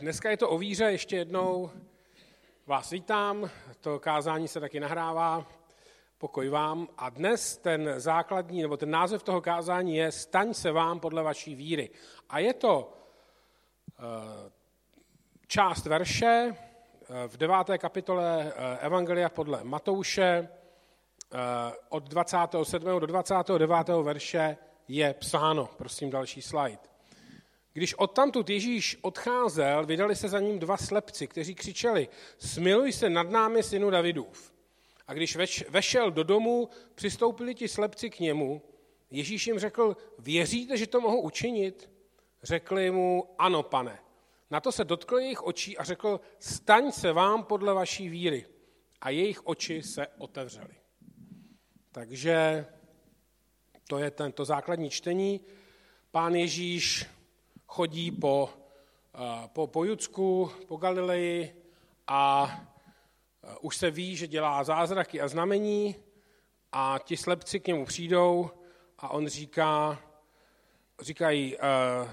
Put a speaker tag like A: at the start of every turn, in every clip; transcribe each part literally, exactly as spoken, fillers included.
A: Dneska je to o víře, ještě jednou vás vítám, to kázání se taky nahrává, pokoj vám. A dnes ten základní, nebo ten název toho kázání je Staň se vám podle vaší víry. A je to uh, část verše uh, v deváté kapitole uh, Evangelia podle Matouše, uh, od dvacátého sedmého do dvacátého devátého verše je psáno. Prosím další slide. Když odtamtud Ježíš odcházel, vydali se za ním dva slepci, kteří křičeli: Smiluj se nad námi, synu Davidův. A když vešel do domu, přistoupili ti slepci k němu. Ježíš jim řekl: Věříte, že to mohu učinit? Řekli mu: Ano, pane. Na to se dotkl jejich očí a řekl: Staň se vám podle vaší víry. A jejich oči se otevřely. Takže to je tento základní čtení. Pán Ježíš chodí po, po, po Judsku, po Galileji a už se ví, že dělá zázraky a znamení a ti slepci k němu přijdou a on říká, říkají, uh,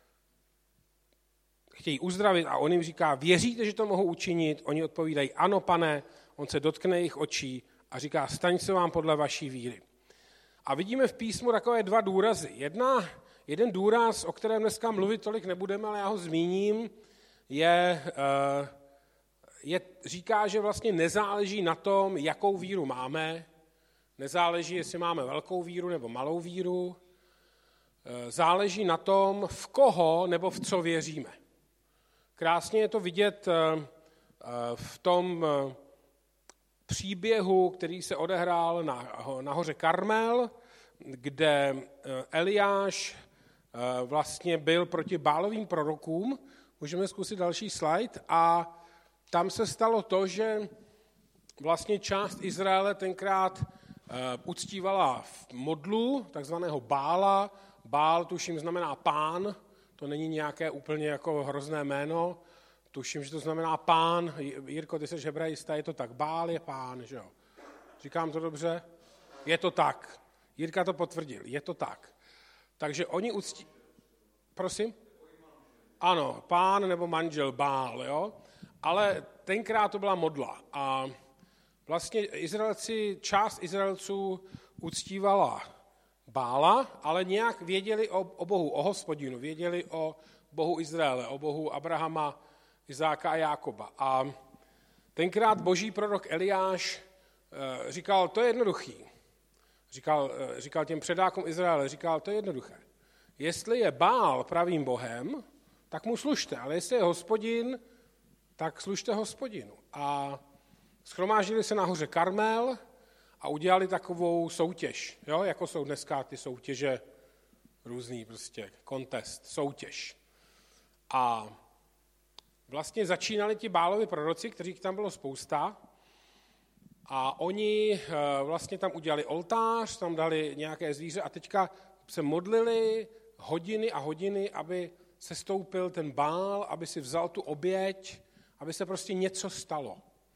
A: chtějí uzdravit a on jim říká: Věříte, že to mohu učinit? Oni odpovídají: Ano, pane. On se dotkne jejich očí a říká: Staň se vám podle vaší víry. A vidíme v písmu takové dva důrazy. Jedna Jeden důraz, o kterém dneska mluvit tolik nebudeme, ale já ho zmíním, je, je, říká, že vlastně nezáleží na tom, jakou víru máme, nezáleží, jestli máme velkou víru nebo malou víru, záleží na tom, v koho nebo v co věříme. Krásně je to vidět v tom příběhu, který se odehrál na, na hoře Karmel, kde Eliáš vlastně byl proti Bálovým prorokům. Můžeme zkusit další slide. A tam se stalo to, že vlastně část Izraele tenkrát uctívala v modlu, takzvaného Bála. Bál, tuším, znamená pán. To není nějaké úplně jako hrozné jméno. Tuším, že to znamená pán. Jirko, ty jsi hebrejista, je to tak. Bál je pán, že jo? Říkám to dobře? Je to tak. Jirka to potvrdil, je to tak. Takže oni uctí... Prosím? Ano, pán nebo manžel, Bál, jo? Ale tenkrát to byla modla. A vlastně Izraelci, část Izraelců uctívala Bála, ale nějak věděli o, o Bohu, o Hospodinu, věděli o Bohu Izraele, o Bohu Abrahama, Izáka a Jákoba. A tenkrát boží prorok Eliáš e, říkal: to je jednoduchý. Říkal, říkal těm předákům Izraele, říkal: to je jednoduché. Jestli je Bál pravým bohem, tak mu služte, ale jestli je Hospodin, tak služte Hospodinu. A shromáždili se na hoře Karmel a udělali takovou soutěž, jo? Jako jsou dneska ty soutěže různý, prostě contest, soutěž. A vlastně začínali ti Bálovi proroci, kterých tam bylo spousta, a oni vlastně tam udělali oltář, tam dali nějaké zvíře a teďka se modlili hodiny a hodiny, aby se stoupil ten Bál, aby si vzal tu oběť, aby se prostě něco stalo.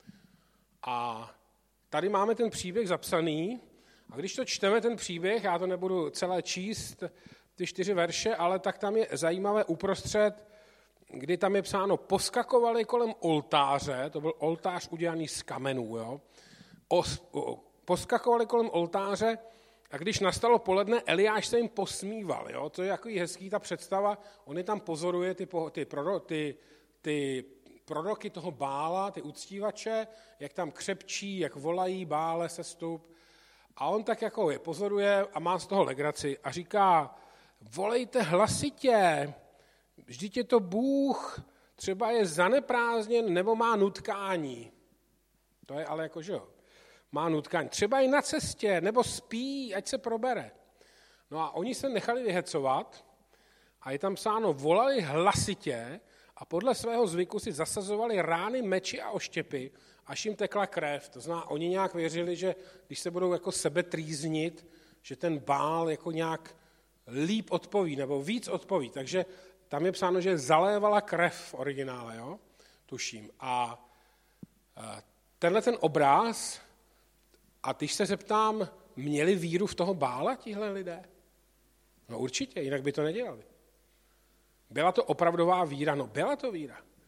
A: A tady máme ten příběh zapsaný a když to čteme, ten příběh, já to nebudu celé číst, ty čtyři verše, ale tak tam je zajímavé uprostřed, kdy tam je psáno: poskakovali kolem oltáře, to byl oltář udělaný z kamenů, jo? O, o, poskakovali kolem oltáře a když nastalo poledne, Eliáš se jim posmíval. Jo? To je takový hezký, ta představa. On je tam pozoruje ty, ty, proro, ty, ty proroky toho Bála, ty uctívače, jak tam křepčí, jak volají: Bále, sestup. A on tak jako je pozoruje a má z toho legraci a říká: volejte hlasitě, vždyť je to Bůh, třeba je zaneprázdněn nebo má nutkání. To je ale jako, že jo. Má nutkání. Třeba i na cestě, nebo spí, ať se probere. No a oni se nechali vyhecovat a je tam psáno: volali hlasitě a podle svého zvyku si zasazovali rány, meči a oštěpy, až jim tekla krev. To znamená, oni nějak věřili, že když se budou jako sebe trýznit, že ten Bál jako nějak líp odpoví, nebo víc odpoví. Takže tam je psáno, že zalévala krev v originále, jo? Tuším. A tenhle ten obráz, a když se zeptám, měli víru v toho Bála tihle lidé? No určitě, jinak by to nedělali. Byla to opravdová víra? No byla to víra.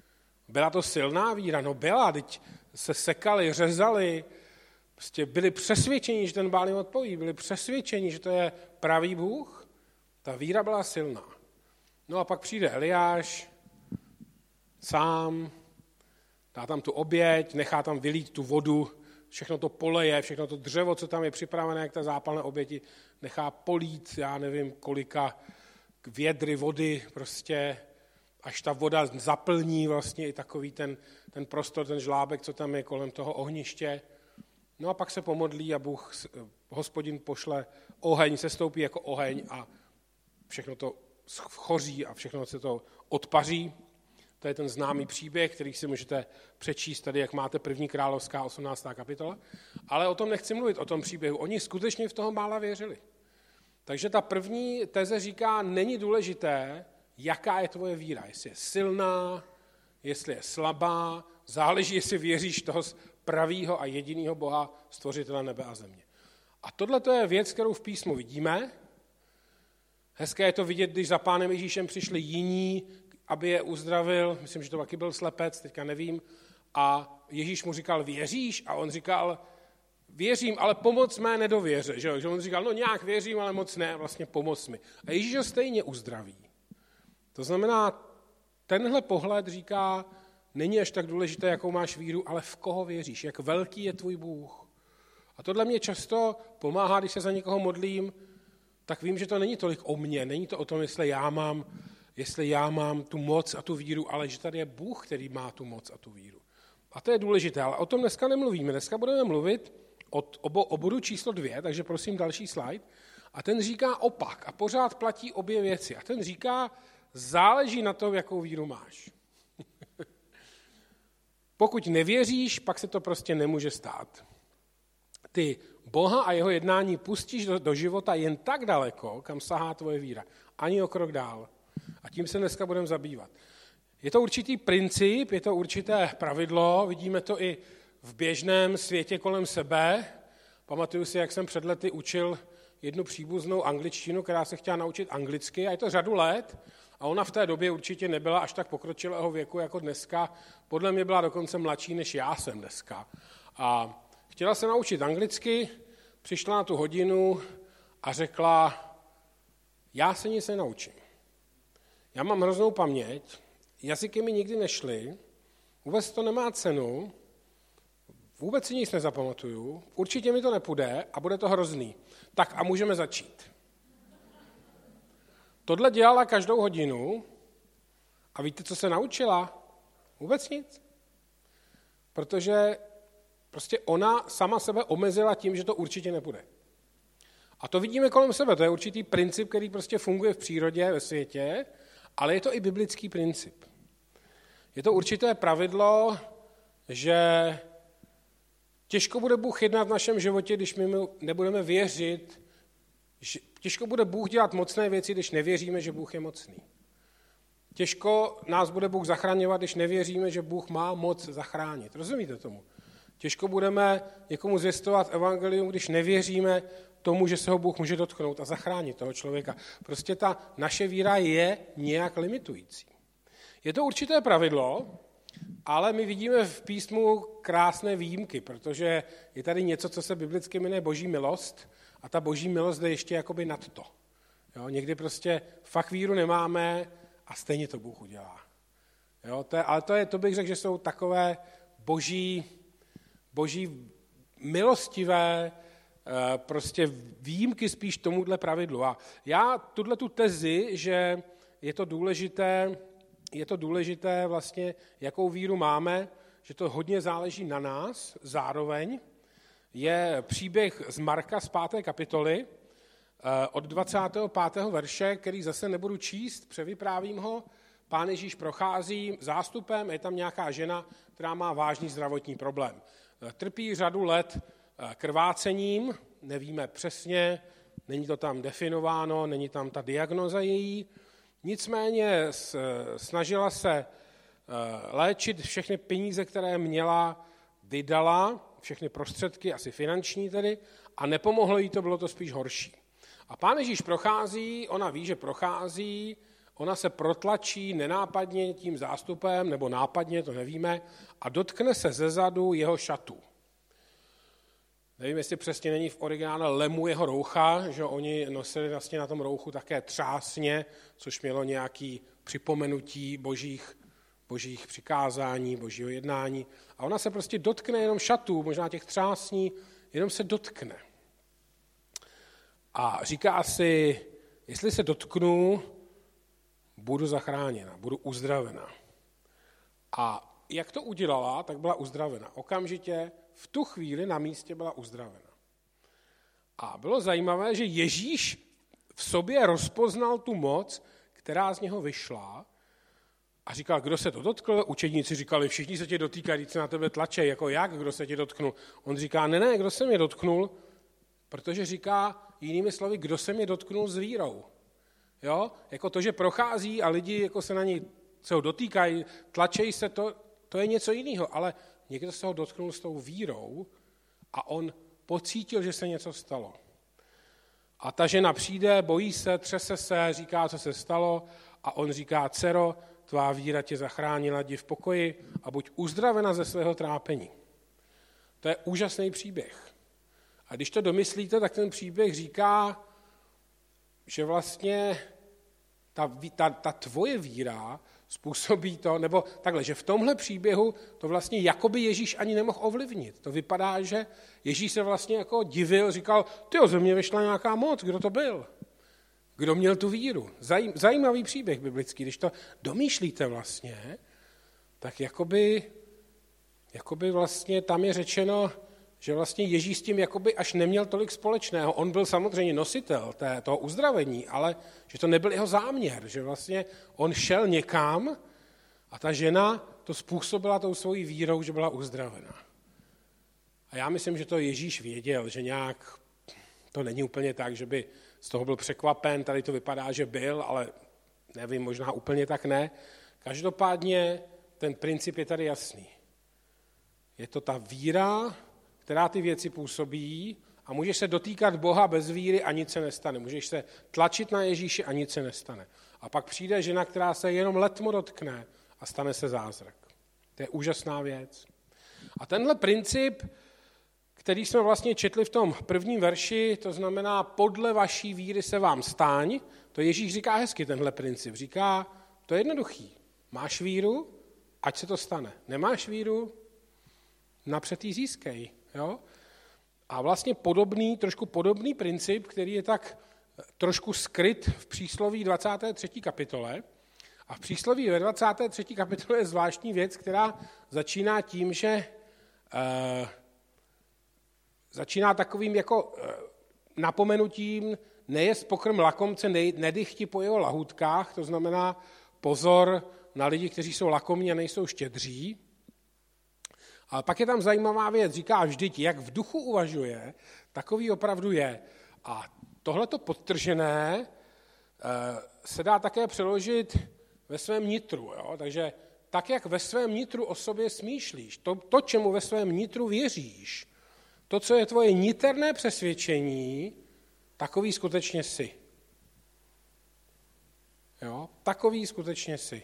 A: Byla to silná víra? No byla, teď se sekali, řezali, prostě byli přesvědčeni, že ten Bál jim odpoví, byli přesvědčeni, že to je pravý Bůh. Ta víra byla silná. No a pak přijde Eliáš sám, dá tam tu oběť, nechá tam vylít tu vodu, všechno to poleje, všechno to dřevo, co tam je připravené, jak ta zápalné oběti, nechá polít, já nevím, kolika vědry vody, prostě, až ta voda zaplní vlastně i takový ten, ten prostor, ten žlábek, co tam je kolem toho ohniště. No a pak se pomodlí a Bůh, Hospodin pošle oheň, se stoupí jako oheň a všechno to schoří a všechno se to odpaří. To je ten známý příběh, který si můžete přečíst tady, jak máte první královská osmnáctá kapitola. Ale o tom nechci mluvit, o tom příběhu. Oni skutečně v toho Bála věřili. Takže ta první teze říká, není důležité, jaká je tvoje víra. Jestli je silná, jestli je slabá, záleží, jestli věříš toho pravýho a jedinýho Boha, stvořitele nebe a země. A tohle to je věc, kterou v písmu vidíme. Hezké je to vidět, když za Pánem Ježíšem přišli jiní, aby je uzdravil, myslím, že to taky byl slepec, teďka nevím, a Ježíš mu říkal, věříš? A on říkal, věřím, ale pomoc mé nedověře. Že, že on říkal, no nějak věřím, ale moc ne, vlastně pomoc mi. A Ježíš ho stejně uzdraví. To znamená, tenhle pohled říká, není až tak důležité, jakou máš víru, ale v koho věříš, jak velký je tvůj Bůh. A tohle mě často pomáhá, když se za někoho modlím, tak vím, že to není tolik o mně, není to o tom, jestli já mám, jestli já mám tu moc a tu víru, ale že tady je Bůh, který má tu moc a tu víru. A to je důležité, ale o tom dneska nemluvíme. Dneska budeme mluvit o, o, o bodu číslo dvě, takže prosím další slide. A ten říká opak a pořád platí obě věci. A ten říká, záleží na tom, jakou víru máš. Pokud nevěříš, pak se to prostě nemůže stát. Ty Boha a jeho jednání pustíš do, do života jen tak daleko, kam sahá tvoje víra. Ani o krok dál. A tím se dneska budeme zabývat. Je to určitý princip, je to určité pravidlo, vidíme to i v běžném světě kolem sebe. Pamatuju si, jak jsem před lety učil jednu příbuznou angličtinu, která se chtěla naučit anglicky, a je to řadu let, a ona v té době určitě nebyla až tak pokročilého věku jako dneska, podle mě byla dokonce mladší, než já jsem dneska. A chtěla se naučit anglicky, přišla na tu hodinu a řekla, já se nic nenaučím. Já mám hroznou paměť, jazyky mi nikdy nešly, vůbec to nemá cenu, vůbec si nic nezapamatuju, určitě mi to nepůjde a bude to hrozný. Tak a můžeme začít. Tohle dělala každou hodinu a víte, co se naučila? Vůbec nic. Protože prostě ona sama sebe omezila tím, že to určitě nepůjde. A to vidíme kolem sebe, to je určitý princip, který prostě funguje v přírodě, ve světě, ale je to i biblický princip. Je to určité pravidlo, že těžko bude Bůh jednat v našem životě, když my mu nebudeme věřit, že těžko bude Bůh dělat mocné věci, když nevěříme, že Bůh je mocný. Těžko nás bude Bůh zachraňovat, když nevěříme, že Bůh má moc zachránit. Rozumíte tomu? Těžko budeme někomu zvěstovat evangelium, když nevěříme tomu, že se ho Bůh může dotknout a zachránit toho člověka. Prostě ta naše víra je nějak limitující. Je to určité pravidlo, ale my vidíme v písmu krásné výjimky, protože je tady něco, co se biblicky jmenuje boží milost a ta boží milost jde ještě jakoby nad to. Jo, někdy prostě fakt víru nemáme a stejně to Bůh udělá. Jo, to je, ale to, je, to bych řekl, že jsou takové boží, boží milostivé prostě výjimky spíš tomuhle pravidlu. A já tuhle tu tezi, že je to důležité, je to důležité vlastně, jakou víru máme, že to hodně záleží na nás, zároveň je příběh z Marka z páté kapitoly od dvacátého pátého verše, který zase nebudu číst, převyprávím ho. Pán Ježíš prochází zástupem, je tam nějaká žena, která má vážný zdravotní problém. Trpí řadu let krvácením, nevíme přesně, není to tam definováno, není tam ta diagnoza její, nicméně snažila se léčit, všechny peníze, které měla, vydala, všechny prostředky, asi finanční tedy, a nepomohlo jí to, bylo to spíš horší. A Pán Ježíš prochází, ona ví, že prochází ona se protlačí nenápadně tím zástupem, nebo nápadně, to nevíme, a dotkne se zezadu jeho šatů. Nevím, jestli přesně není v originále lemu jeho roucha, že oni nosili vlastně na tom rouchu také třásně, což mělo nějaké připomenutí božích, božích přikázání, božího jednání. A ona se prostě dotkne jenom šatů, možná těch třásní, jenom se dotkne. A říká si, jestli se dotknu, budu zachráněna, budu uzdravena. A jak to udělala, tak byla uzdravena. Okamžitě v tu chvíli na místě byla uzdravena. A bylo zajímavé, že Ježíš v sobě rozpoznal tu moc, která z něho vyšla a říkal, kdo se to dotkl? Učedníci říkali, všichni se tě dotýkají, když se na tebe tlačej, jako jak, kdo se tě dotknul? On říká, ne, ne, kdo se mě dotknul? Protože říká jinými slovy, kdo se mě dotknul s vírou. Jo? Jako to, že prochází a lidi jako se na něj se ho dotýkají, tlačejí se, to, to je něco jiného, ale někdo se ho dotknul s tou vírou a on pocítil, že se něco stalo. A ta žena přijde, bojí se, třese se, říká, co se stalo a on říká, dcero, tvá víra tě zachránila, jdi v pokoji a buď uzdravena ze svého trápení. To je úžasný příběh. A když to domyslíte, tak ten příběh říká, že vlastně ta, ta, ta tvoje víra způsobí to, nebo takhle, že v tomhle příběhu to vlastně jakoby Ježíš ani nemohl ovlivnit. To vypadá, že Ježíš se vlastně jako divil, říkal, tyjo, ze mě vyšla nějaká moc, kdo to byl? Kdo měl tu víru? Zajím, zajímavý příběh biblický, když to domýšlíte vlastně, tak jakoby, jakoby vlastně tam je řečeno, že vlastně Ježíš s tím jakoby až neměl tolik společného. On byl samozřejmě nositel té, toho uzdravení, ale že to nebyl jeho záměr, že vlastně on šel někam a ta žena to způsobila tou svojí vírou, že byla uzdravena. A já myslím, že to Ježíš věděl, že nějak to není úplně tak, že by z toho byl překvapen, tady to vypadá, že byl, ale nevím, možná úplně tak ne. Každopádně ten princip je tady jasný. Je to ta víra, která ty věci působí a můžeš se dotýkat Boha bez víry a nic se nestane. Můžeš se tlačit na Ježíše a nic se nestane. A pak přijde žena, která se jenom letmo dotkne a stane se zázrak. To je úžasná věc. A tenhle princip, který jsme vlastně četli v tom prvním verši, to znamená podle vaší víry se vám stáň, to Ježíš říká hezky tenhle princip. Říká, to je jednoduchý. Máš víru, ať se to stane. Nemáš víru, napřed jí získej. Jo? A vlastně podobný, trošku podobný princip, který je tak trošku skryt v přísloví dvacáté třetí kapitole. A v přísloví ve dvacáté třetí kapitole je zvláštní věc, která začíná tím, že uh, začíná takovým jako uh, napomenutím nejest pokrm lakomce, nej, nedychti po jeho lahůdkách, to znamená pozor na lidi, kteří jsou lakomní a nejsou štědří. Ale pak je tam zajímavá věc, říká vždyť, jak v duchu uvažuje, takový opravdu je. A tohleto podtržené se dá také přeložit ve svém nitru. Jo? Takže tak, jak ve svém nitru o sobě smýšlíš, to, to, čemu ve svém nitru věříš, to, co je tvoje niterné přesvědčení, takový skutečně jsi. Jo? Takový skutečně jsi.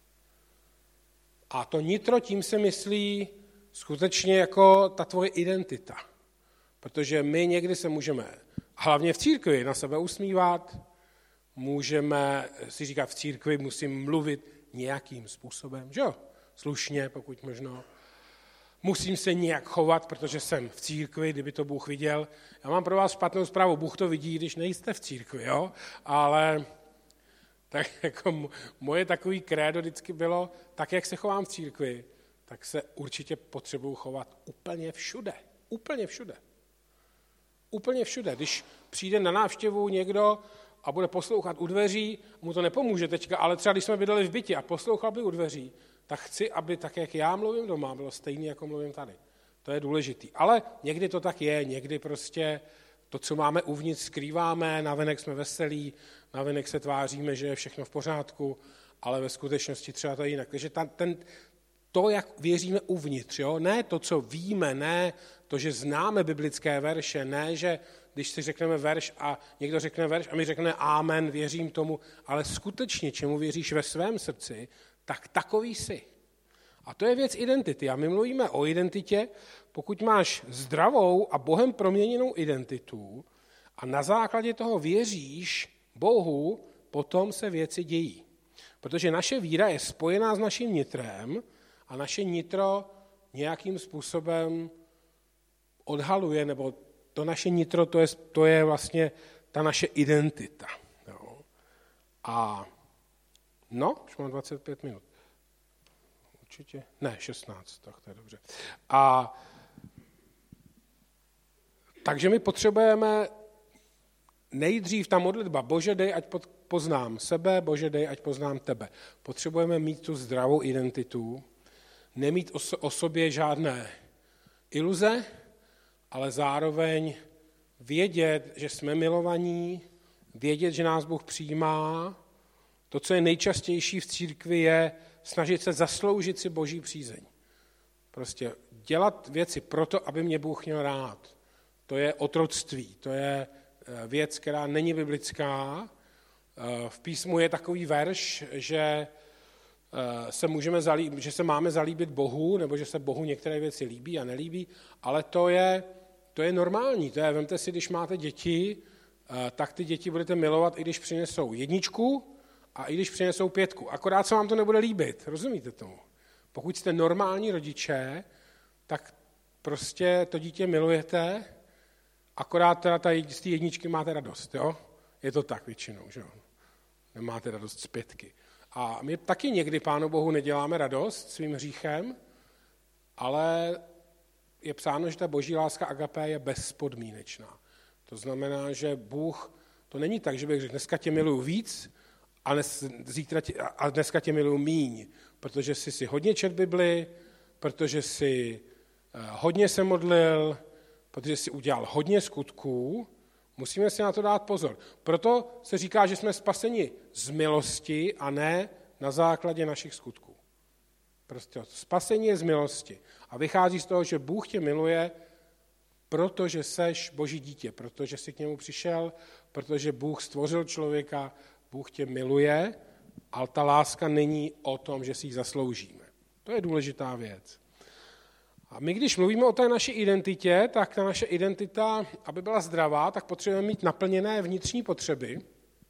A: A to nitro tím se myslí skutečně jako ta tvoje identita. Protože my někdy se můžeme, hlavně v církvi, na sebe usmívat, můžeme si říkat, v církvi musím mluvit nějakým způsobem, že jo? Slušně, pokud možno. Musím se nějak chovat, protože jsem v církvi, kdyby to Bůh viděl. Já mám pro vás špatnou zprávu, Bůh to vidí, když nejste v církvi, jo? Ale tak jako moje takový krédo vždycky bylo, tak jak se chovám v církvi, tak se určitě potřebuju chovat úplně všude. Úplně všude. Úplně všude. Když přijde na návštěvu někdo a bude poslouchat u dveří, mu to nepomůže teďka, ale třeba když jsme bydleli v bytě a poslouchal by u dveří, tak chci, aby tak, jak já mluvím doma, bylo stejné, jako mluvím tady. To je důležitý. Ale někdy to tak je, někdy prostě to, co máme uvnitř, skrýváme, navenek jsme veselí, navenek se tváříme, že je všechno v pořádku, ale ve skutečnosti třeba to je jinak. Takže ta, ten, to, jak věříme uvnitř, jo? Ne to, co víme, ne to, že známe biblické verše, ne, že když si řekneme verš a někdo řekne verš a my řekneme amen, věřím tomu, ale skutečně, čemu věříš ve svém srdci, tak takový jsi. A to je věc identity. A my mluvíme o identitě, pokud máš zdravou a Bohem proměněnou identitu a na základě toho věříš Bohu, potom se věci dějí. Protože naše víra je spojená s naším nitrem a naše nitro nějakým způsobem odhaluje, nebo to naše nitro, to je, to je vlastně ta naše identita. Jo. A no, už mám dvacet pět minut. Určitě? Ne, šestnáct, tak to je dobře. A takže my potřebujeme nejdřív ta modlitba, Bože, dej, ať poznám sebe, Bože, dej, ať poznám tebe. Potřebujeme mít tu zdravou identitu, nemít o sobě žádné iluze, ale zároveň vědět, že jsme milovaní, vědět, že nás Bůh přijímá. To, co je nejčastější v církvi, je snažit se zasloužit si Boží přízeň. Prostě dělat věci proto, aby mě Bůh měl rád. To je otroctví, to je věc, která není biblická. V písmu je takový verš, že se, můžeme zalíbit, že se máme zalíbit Bohu, nebo že se Bohu některé věci líbí a nelíbí, ale to je, to je normální. To je, vemte si, když máte děti, tak ty děti budete milovat, i když přinesou jedničku a i když přinesou pětku. Akorát se vám to nebude líbit, rozumíte tomu? Pokud jste normální rodiče, tak prostě to dítě milujete, akorát teda ta, z té jedničky máte radost, jo? Je to tak většinou, že jo? Nemáte radost z pětky. A my taky někdy Pánu Bohu neděláme radost svým hříchem, ale je psáno, že ta boží láska agapé je bezpodmínečná. To znamená, že Bůh, to není tak, že bych řekl, dneska tě miluju víc a, dnes, zítra tě, a dneska tě miluju míň, protože jsi si hodně čet Bibli, protože jsi hodně se modlil, protože jsi udělal hodně skutků, musíme si na to dát pozor. Proto se říká, že jsme spaseni z milosti a ne na základě našich skutků. Prostě spasení je z milosti. A vychází z toho, že Bůh tě miluje, protože seš Boží dítě, protože jsi k němu přišel, protože Bůh stvořil člověka, Bůh tě miluje, ale ta láska není o tom, že si ji zasloužíme. To je důležitá věc. A my, když mluvíme o té naší identitě, tak ta naše identita, aby byla zdravá, tak potřebujeme mít naplněné vnitřní potřeby.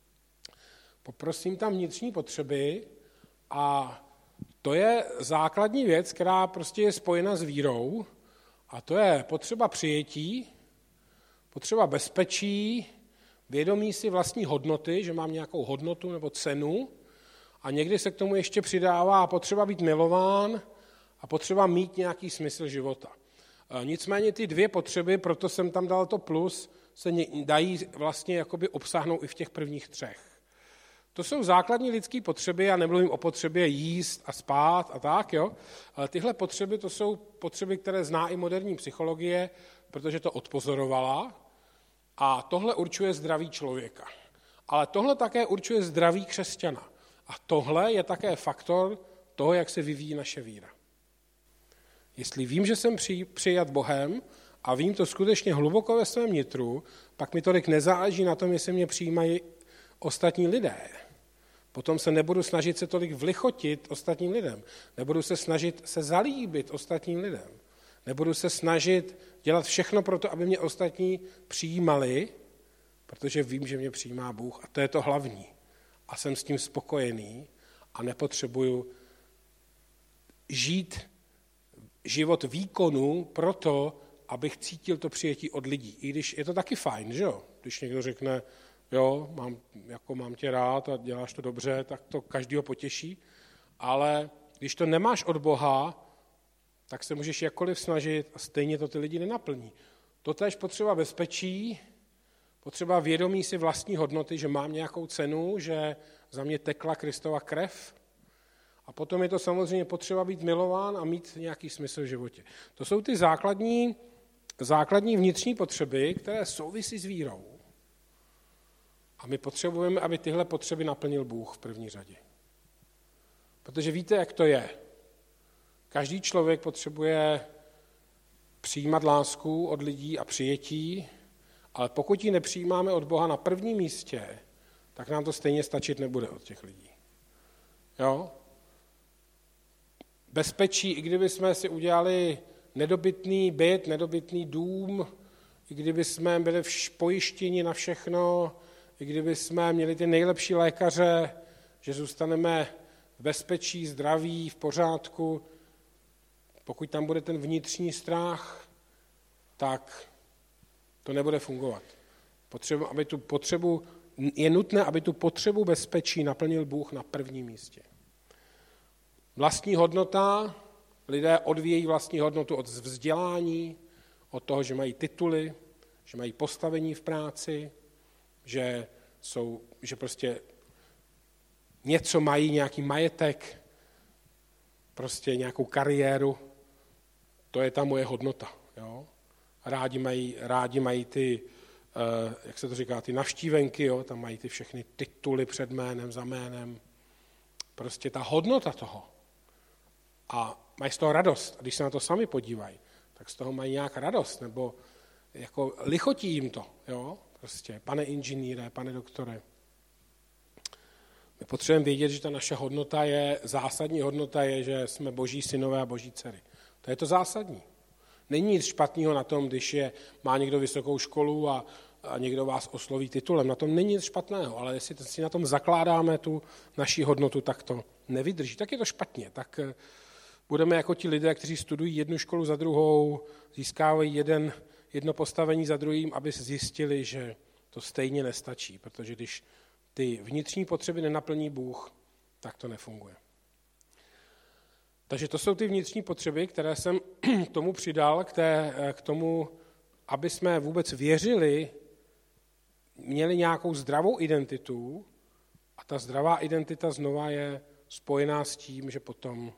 A: Poprosím tam vnitřní potřeby a to je základní věc, která prostě je spojena s vírou a to je potřeba přijetí, potřeba bezpečí, vědomí si vlastní hodnoty, že mám nějakou hodnotu nebo cenu a někdy se k tomu ještě přidává potřeba být milován a potřeba mít nějaký smysl života. Nicméně ty dvě potřeby, proto jsem tam dal to plus, se dají vlastně jakoby obsáhnout i v těch prvních třech. To jsou základní lidské potřeby, já nemluvím o potřebě jíst a spát a tak, jo, ale tyhle potřeby, to jsou potřeby, které zná i moderní psychologie, protože to odpozorovala a tohle určuje zdraví člověka. Ale tohle také určuje zdraví křesťana. A tohle je také faktor toho, jak se vyvíjí naše víra. Jestli vím, že jsem přijat Bohem a vím to skutečně hluboko ve svém nitru, pak mi tolik nezáleží na tom, jestli mě přijímají ostatní lidé. Potom se nebudu snažit se tolik vlichotit ostatním lidem. Nebudu se snažit se zalíbit ostatním lidem. Nebudu se snažit dělat všechno pro to, aby mě ostatní přijímali, protože vím, že mě přijímá Bůh a to je to hlavní. A jsem s tím spokojený a nepotřebuju žít život výkonu proto, abych cítil to přijetí od lidí. I když je to taky fajn, že jo? Když někdo řekne, jo, mám, jako mám tě rád a děláš to dobře, tak to každýho potěší. Ale když to nemáš od Boha, tak se můžeš jakkoliv snažit a stejně to ty lidi nenaplní. Totéž potřeba bezpečí, potřeba vědomí si vlastní hodnoty, že mám nějakou cenu, že za mě tekla Kristova krev. A potom je to samozřejmě potřeba být milován a mít nějaký smysl v životě. To jsou ty základní, základní vnitřní potřeby, které souvisí s vírou. A my potřebujeme, aby tyhle potřeby naplnil Bůh v první řadě. Protože víte, jak to je. Každý člověk potřebuje přijímat lásku od lidí a přijetí, Ale pokud ji nepřijímáme od Boha na prvním místě, tak nám to stejně stačit nebude od těch lidí. Jo? Bezpečí, i kdyby jsme si udělali nedobytný byt, nedobytný dům, i kdyby jsme byli pojištěni na všechno, i kdyby jsme měli ty nejlepší lékaře, že zůstaneme v bezpečí, zdraví, v pořádku, pokud tam bude ten vnitřní strach, tak to nebude fungovat. Potřebu, aby tu potřebu, je nutné, aby tu potřebu bezpečí naplnil Bůh na prvním místě. Vlastní hodnota, lidé odvíjejí vlastní hodnotu od vzdělání, od toho, že mají tituly, že mají postavení v práci, že, jsou, že prostě něco mají, nějaký majetek, prostě nějakou kariéru, to je ta moje hodnota. Jo? Rádi mají, rádi mají ty, jak se to říká, ty navštívenky, jo? Tam mají ty všechny tituly před jménem, za jménem. Prostě ta hodnota toho. A mají z toho radost. A když se na to sami podívají, tak z toho mají nějak radost, nebo jako lichotí jim to. Jo? Prostě, pane inženýre, pane doktore. My potřebujeme vědět, že ta naše hodnota je, zásadní hodnota je, že jsme boží synové a boží dcery. To je to zásadní. Není nic špatného na tom, když je, má někdo vysokou školu a, a někdo vás osloví titulem. Na tom není nic špatného, ale jestli si na tom zakládáme tu naši hodnotu, tak to nevydrží. Tak je to špatně. Tak budeme jako ti lidé, kteří studují jednu školu za druhou, získávají jeden, jedno postavení za druhým, aby zjistili, že to stejně nestačí, protože když ty vnitřní potřeby nenaplní Bůh, tak to nefunguje. Takže to jsou ty vnitřní potřeby, které jsem k tomu přidal, k, té, k tomu, aby jsme vůbec věřili, měli nějakou zdravou identitu a ta zdravá identita znova je spojená s tím, že potom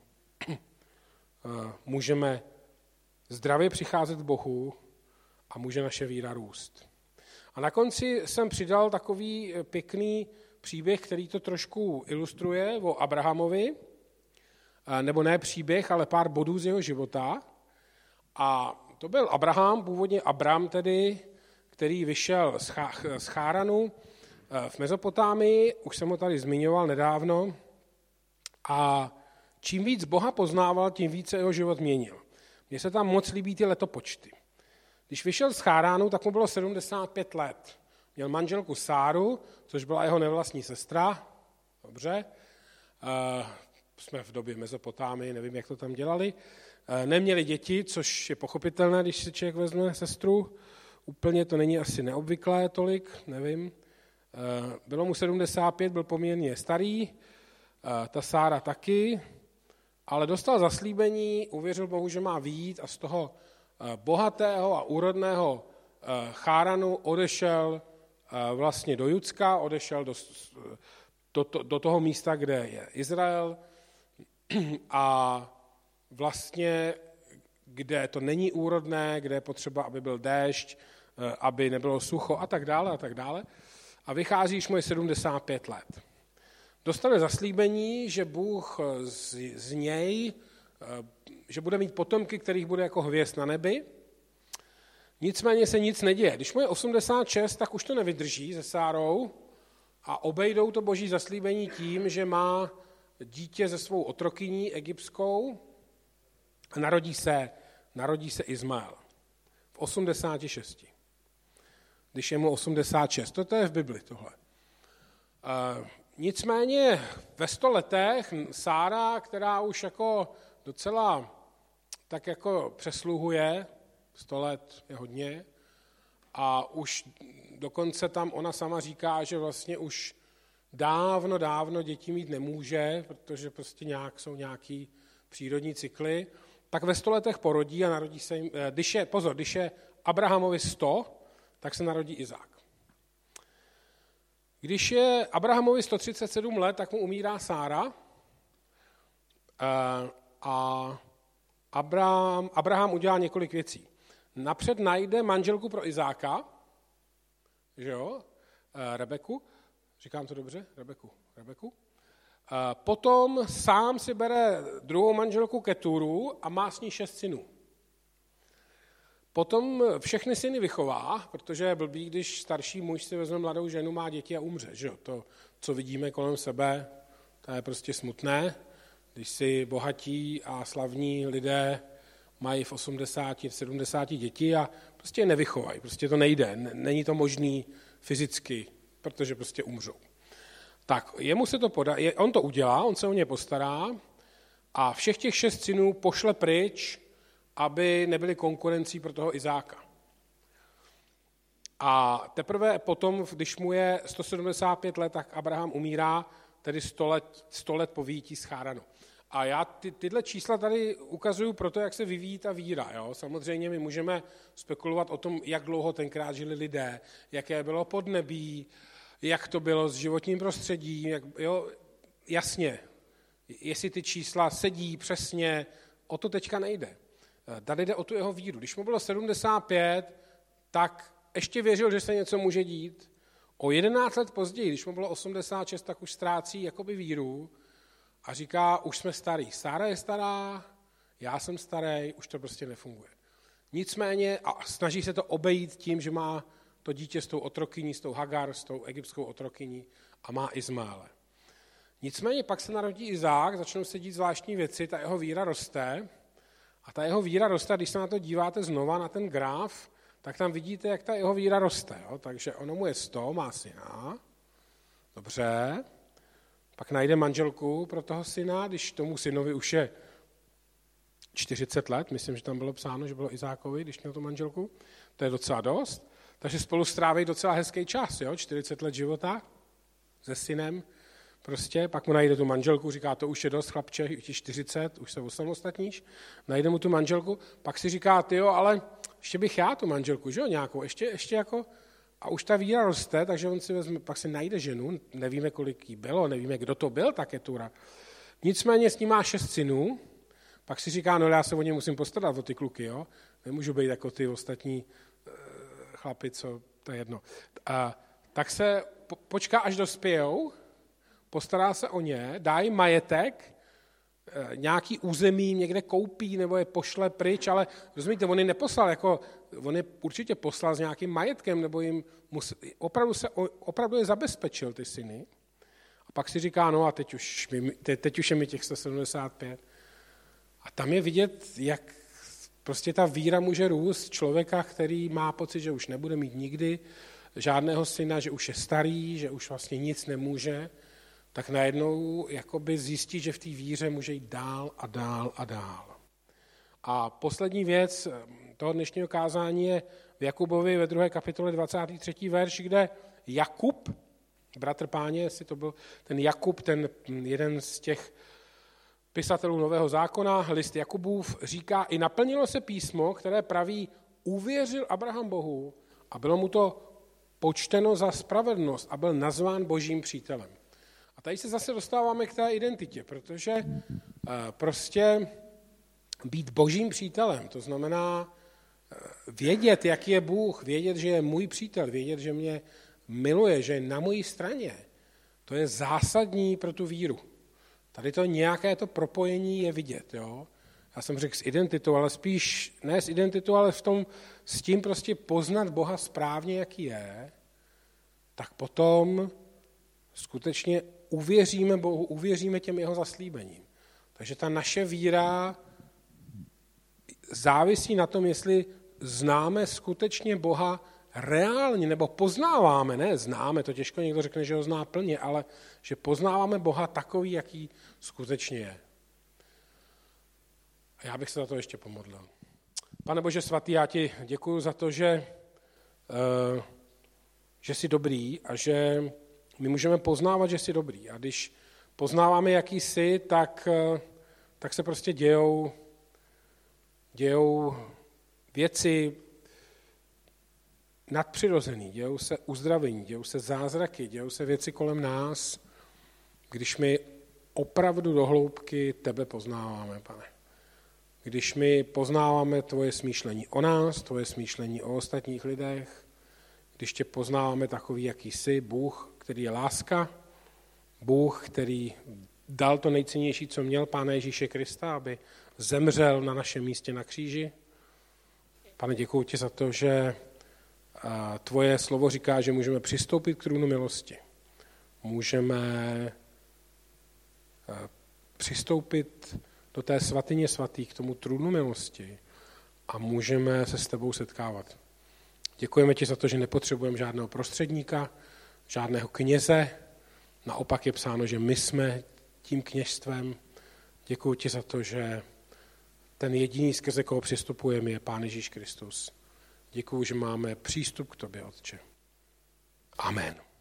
A: můžeme zdravě přicházet k Bohu a může naše víra růst. A na konci jsem přidal takový pěkný příběh, který to trošku ilustruje o Abrahamovi, nebo ne příběh, ale pár bodů z jeho života. A to byl Abraham, původně Abram tedy, který vyšel z Cháranu v Mezopotámii, už jsem ho tady zmiňoval nedávno, a čím víc Boha poznával, tím více jeho život měnil. Mně se tam moc líbí ty letopočty. Když vyšel z Cháránu, tak mu bylo sedmdesát pět let. Měl manželku Sáru, což byla jeho nevlastní sestra. Dobře. E, jsme v době Mezopotámie, nevím, jak to tam dělali. E, neměli děti, což je pochopitelné, když si člověk vezme sestru. Úplně to není asi neobvyklé tolik, nevím. E, bylo mu sedmdesát pět, byl poměrně starý. E, ta Sára taky. Ale dostal zaslíbení, uvěřil Bohu, že má vyjít a z toho bohatého a úrodného Cháranu odešel vlastně do Judska, odešel do, do, do toho místa, kde je Izrael a vlastně, kde to není úrodné, kde je potřeba, aby byl déšť, aby nebylo sucho a tak dále a tak dále. A vychází, když mu je sedmdesát pět let. Dostane zaslíbení, že Bůh z, z něj, že bude mít potomky, kterých bude jako hvězd na nebi. Nicméně se nic neděje. Když mu je osmdesát šest, tak už to nevydrží se Sárou a obejdou to boží zaslíbení tím, že má dítě se svou otrokyní egyptskou a narodí se, narodí se Izmael v osmdesáti šesti. Když je mu osmdesát šest. Toto je v Bibli tohle. Uh, nicméně ve sto letech Sára, která už jako docela tak jako přesluhuje, sto let je hodně, a už dokonce tam ona sama říká, že vlastně už dávno, dávno děti mít nemůže, protože prostě nějak jsou nějaký přírodní cykly, tak ve sto letech porodí a narodí se jim, když je, pozor, když je Abrahamovi sto, tak se narodí Izák. Když je Abrahamovi sto třicet sedm let, tak mu umírá Sára a Abraham, Abraham udělá několik věcí. Napřed najde manželku pro Izáka, že jo, Rebeku, říkám to dobře, Rebeku, Rebeku. Potom sám si bere druhou manželku Keturu a má s ní šest synů. Potom všechny syny vychová, protože je blbý, když starší muž si vezme mladou ženu, má děti a umře. Že jo? To, co vidíme kolem sebe, to je prostě smutné. Když si bohatí a slavní lidé mají v osmdesáti, v sedmdesáti děti a prostě je nevychovají. Prostě to nejde, není to možný fyzicky, protože prostě umřou. Tak jemu se to podá, on to udělá, on se o ně postará a všech těch šest synů pošle pryč, aby nebyli konkurencí pro toho Izáka. A teprve potom, když mu je sto sedmdesát pět let, tak Abraham umírá, tedy sto let, sto let po vyjití z Cháranu. A já ty, tyhle čísla tady ukazuju proto, jak se vyvíjí ta víra. Jo? Samozřejmě my můžeme spekulovat o tom, jak dlouho tenkrát žili lidé, jaké bylo podnebí, jak to bylo s životním prostředím. Jak, jo? Jasně, jestli ty čísla sedí přesně, o to teďka nejde. Tady jde o tu jeho víru. Když mu bylo sedmdesát pět, tak ještě věřil, že se něco může dít. O jedenáct let později, když mu bylo osmdesát šest, tak už ztrácí jakoby víru a říká, už jsme starý. Sára je stará, já jsem starý, už to prostě nefunguje. Nicméně a snaží se to obejít tím, že má to dítě s tou otrokyní, s tou Hagar, s tou egyptskou otrokyní a má Izmaele. Nicméně pak se narodí Izák, začnou se dít zvláštní věci, ta jeho víra roste a ta jeho víra roste, když se na to díváte znova, na ten graf, tak tam vidíte, jak ta jeho víra roste. Jo? Takže ono mu je sto, má syna, dobře, pak najde manželku pro toho syna, když tomu synovi už je čtyřicet let, myslím, že tam bylo psáno, že bylo Izákovi, když měl tu manželku, to je docela dost, takže spolu stráví docela hezký čas, jo? čtyřicet let života se synem, prostě, pak mu najde tu manželku, říká, to už je dost, chlapče, ti čtyřicet, už se osamostatníš, najde mu tu manželku, pak si říká, tyjo, ale ještě bych já tu manželku, že jo, nějakou, ještě, ještě jako, a už ta víra roste, takže on si vezme, pak si najde ženu, nevíme, kolik jí bylo, nevíme, kdo to byl, ta Ketura. Nicméně s ním má šest synů, pak si říká, no já se o ně musím postarat, o ty kluky, jo, nemůžu být jako ty ostatní uh, chlapi, co, to je jedno. A, tak se po, počká, až dospějou, postará se o ně, dá jim majetek, nějaký území někde koupí nebo je pošle pryč, ale rozumíte, on je neposlal, jako, on je určitě poslal s nějakým majetkem, nebo jim musel, opravdu, se, opravdu je zabezpečil ty syny. A pak si říká, no a teď už, teď, teď už je mi těch sto sedmdesát pět. A tam je vidět, jak prostě ta víra může růst člověka, který má pocit, že už nebude mít nikdy žádného syna, že už je starý, že už vlastně nic nemůže, tak najednou jakoby zjistí, že v té víře může jít dál a dál a dál. A poslední věc toho dnešního kázání je v Jakubovi ve druhé kapitole dvacátý třetí verš, kde Jakub, bratr Páně, jestli to byl ten Jakub, ten jeden z těch pisatelů Nového zákona, list Jakubův, říká, i naplnilo se písmo, které praví, uvěřil Abraham Bohu a bylo mu to počteno za spravedlnost a byl nazván Božím přítelem. A tady se zase dostáváme k té identitě, protože prostě být Božím přítelem, to znamená vědět, jaký je Bůh, vědět, že je můj přítel, vědět, že mě miluje, že je na mojí straně, to je zásadní pro tu víru. Tady to nějaké to propojení je vidět. Jo? Já jsem řekl s identitou, ale spíš ne s identitou, ale v tom, s tím prostě poznat Boha správně, jaký je, tak potom skutečně uvěříme Bohu, uvěříme těm jeho zaslíbením. Takže ta naše víra závisí na tom, jestli známe skutečně Boha reálně, nebo poznáváme, ne známe, to těžko někdo řekne, že ho zná plně, ale že poznáváme Boha takový, jaký skutečně je. A já bych se za to ještě pomodlil. Pane Bože svatý, já ti děkuju za to, že, uh, že jsi dobrý a že my můžeme poznávat, že jsi dobrý. A když poznáváme, jaký jsi, tak, uh, tak se prostě dějou, dějou věci nadpřirozený, dějou se uzdravení, dějou se zázraky, dějou se věci kolem nás, když my opravdu do hloubky tebe poznáváme, Pane. Když my poznáváme tvoje smýšlení o nás, tvoje smýšlení o ostatních lidech, když tě poznáváme takový, jaký jsi, Bůh, který je láska, Bůh, který dal to nejcennější, co měl, Pána Ježíše Krista, aby zemřel na našem místě na kříži. Pane, děkuji ti za to, že tvoje slovo říká, že můžeme přistoupit k trůnu milosti. Můžeme přistoupit do té svatyně svatých, k tomu trůnu milosti a můžeme se s tebou setkávat. Děkujeme ti za to, že nepotřebujeme žádného prostředníka, žádného kněze. Naopak je psáno, že my jsme tím kněžstvem. Děkuji ti za to, že ten jediný, skrze koho přistupujeme, je Pán Ježíš Kristus. Děkuji, že máme přístup k tobě, Otče. Amen.